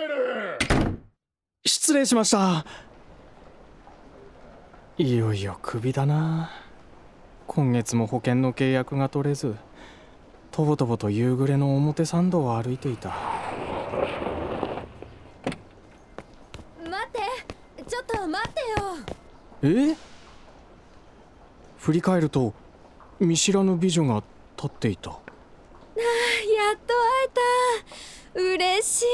失礼しました。いよいよクビだな。今月も保険の契約が取れず、とぼとぼと夕暮れの表参道を歩いていた。 待って、ちょっと待ってよ。 振り返ると見知らぬ美女が立っていた。 やっと会えた。嬉しい。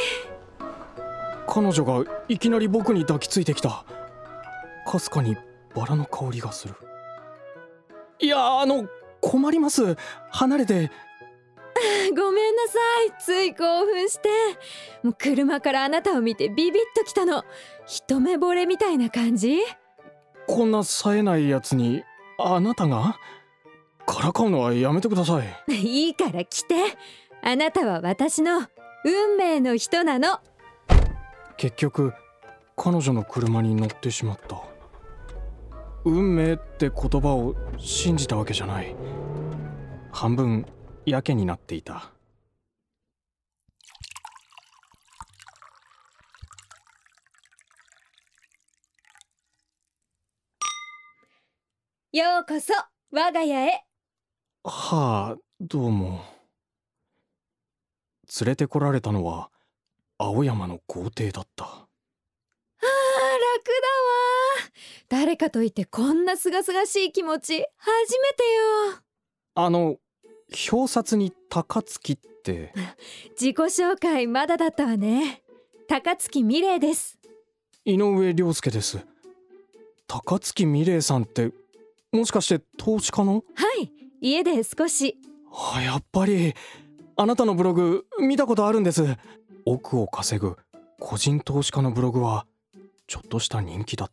彼女がいきなり僕に抱きついてきた。かすかにバラの香りがする。いや、困ります。離れて。 ごめんなさい、つい興奮して。もう車からあなたを見てビビッときたの。一目惚れみたいな感じ。 こんな冴えないやつにあなたが？からかうのはやめてください。 いいから来て。あなたは私の運命の人なの。 結局彼女の車に乗ってしまった。運命って言葉を信じたわけじゃない。半分やけになっていた。 ようこそ我が家へ。 はあ、どうも。連れてこられたのは青山の豪邸だった。 楽だわ。誰かといてこんなすがすがしい気持ち初めてよ。 表札に高槻って自己紹介まだだったわね。高槻美玲です。 井上涼介です。高槻美玲さんってもしかして投資家の？ はい、家で少し。 やっぱりあなたのブログ見たことあるんです。億を稼ぐ個人投資家のブログはちょっとした人気だった。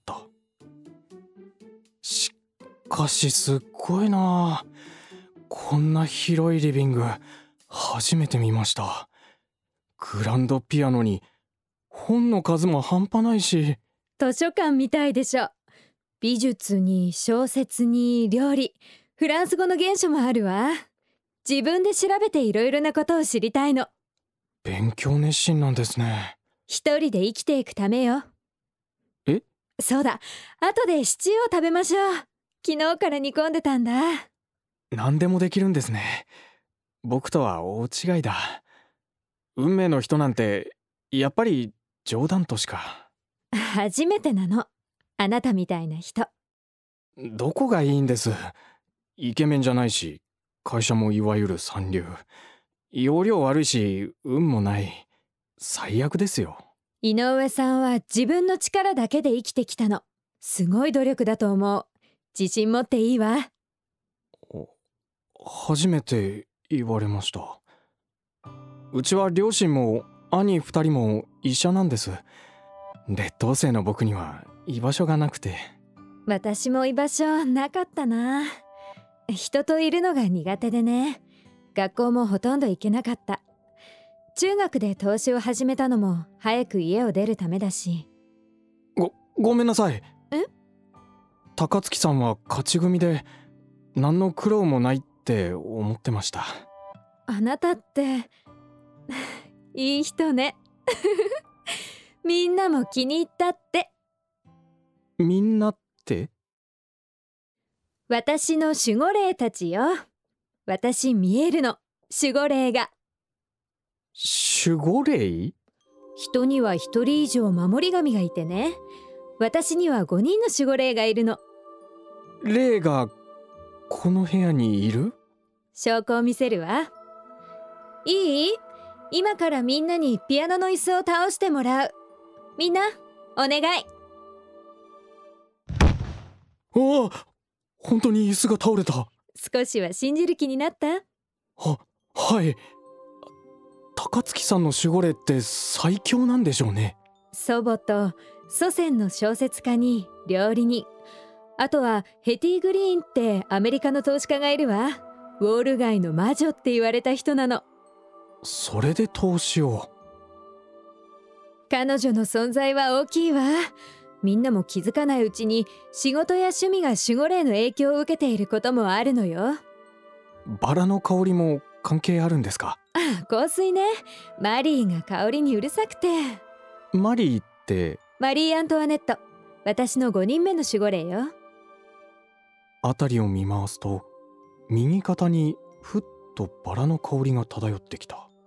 しかしすっごいな。こんな広いリビング初めて見ました。グランドピアノに本の数も半端ないし。 図書館みたいでしょ。美術に小説に料理、フランス語の原書もあるわ。自分で調べていろいろなことを知りたいの。 勉強熱心なんですね。 一人で生きていくためよ。そうだ、後でシチューを食べましょう。昨日から煮込んでたんだ。 何でもできるんですね。僕とは大違いだ。運命の人なんてやっぱり冗談としか。 初めてなの、あなたみたいな人。 どこがいいんです。イケメンじゃないし、会社もいわゆる三流。容量悪いし運もない。最悪ですよ。 井上さんは自分の力だけで生きてきたの。すごい努力だと思う。自信持っていいわ。 初めて言われました。うちは両親も兄2人も医者なんです。劣等生の僕には居場所がなくて。 私も居場所なかったな。人といるのが苦手でね。学校もほとんど行けなかった。中学で投資を始めたのも早く家を出るためだし。 ごめんなさい。高槻さんは勝ち組で何の苦労もないって思ってました。 あなたっていい人ね。みんなも気に入ったって。 みんなって？ 私の守護霊たちよ。私見えるの、守護霊が。 守護霊？ 人には1人以上守り神がいてね。私には5人の守護霊がいるの。 霊がこの部屋にいる？ 証拠を見せるわ。いい？今からみんなにピアノの椅子を倒してもらう。みんなお願い。 ああ、本当に椅子が倒れた。 少しは信じる気になった？ はい。高槻さんの守護霊って最強なんでしょうね。 祖母と祖先の小説家に料理人、あとはヘティ・グリーンってアメリカの投資家がいるわ。ウォール街の魔女って言われた人なの。 それで投資を。 彼女の存在は大きいわ。みんなも気づかないうちに仕事や趣味が守護霊の影響を受けていることもあるのよ。 バラの香りも関係あるんですか？ 香水ね。マリーが香りにうるさくて。 マリーってマリー・アントワネット、私の5人目の守護霊よ。 辺りを見回すと、右肩にふっとバラの香りが漂ってきた。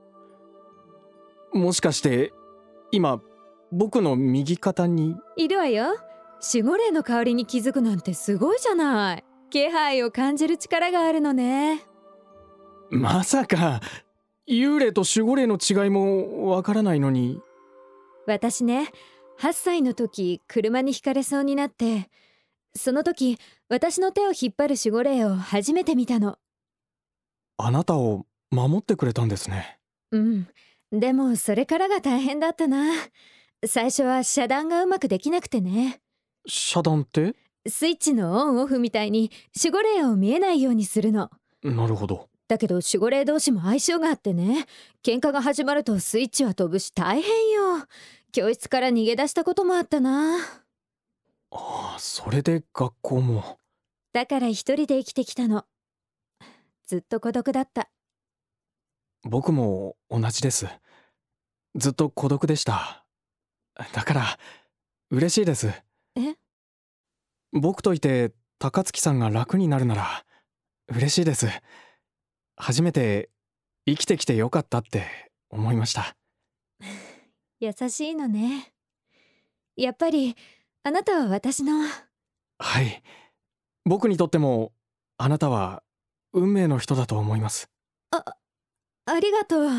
もしかして今僕の右肩にいるわよ。守護霊の香りに気づくなんてすごいじゃない。気配を感じる力があるのね。 まさか幽霊と守護霊の違いもわからないのに。 私ね、8歳の時車にひかれそうになって、その時私の手を引っ張る守護霊を初めて見たの。 あなたを守ってくれたんですね。 うん、でもそれからが大変だったな。最初は遮断がうまくできなくてね。 遮断って？ スイッチのオンオフみたいに守護霊を見えないようにするの。 なるほど。 だけど守護霊同士も相性があってね、喧嘩が始まるとスイッチは飛ぶし大変よ。教室から逃げ出したこともあったな。 ああ、それで学校も。 だから一人で生きてきたの。ずっと孤独だった。 僕も同じです。ずっと孤独でした。だから嬉しいです。 え？ 僕といて高月さんが楽になるなら嬉しいです。初めて生きてきてよかったって思いました。 優しいのね。やっぱりあなたは私の。 はい、僕にとってもあなたは運命の人だと思います。 ありがとう。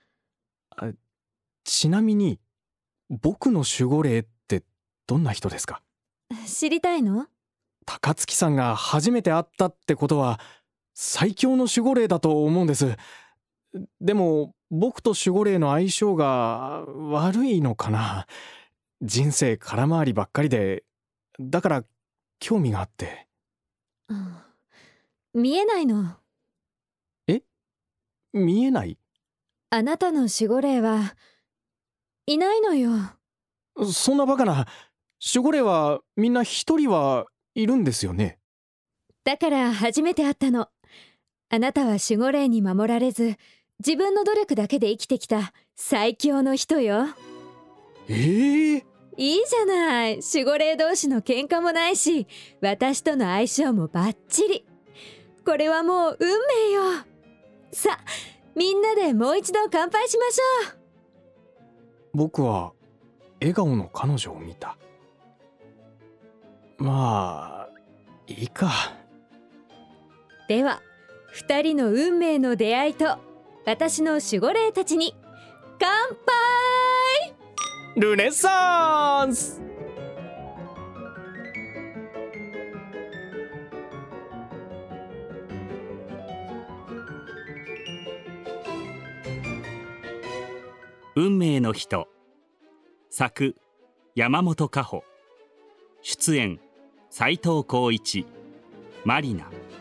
ちなみに僕の守護霊ってどんな人ですか？ 知りたいの？ 高月さんが初めて会ったってことは最強の守護霊だと思うんです。でも僕と守護霊の相性が悪いのかな。人生空回りばっかりで、だから興味があって。 うん、見えないの。 え？見えない？ あなたの守護霊はいないのよ。 そんなバカな。守護霊はみんな一人はいるんですよね。 だから初めて会ったの。あなたは守護霊に守られず、自分の努力だけで生きてきた最強の人よ。 いいじゃない。守護霊同士の喧嘩もないし、私との相性もバッチリ。これはもう運命よ。さ、みんなでもう一度乾杯しましょう。 僕は笑顔の彼女を見た。まあいいか。 では2人の運命の出会いと私の守護霊たちに乾杯。 ルネサンス。 運命の人。作山本佳穂。出演斉藤浩一、マリナ。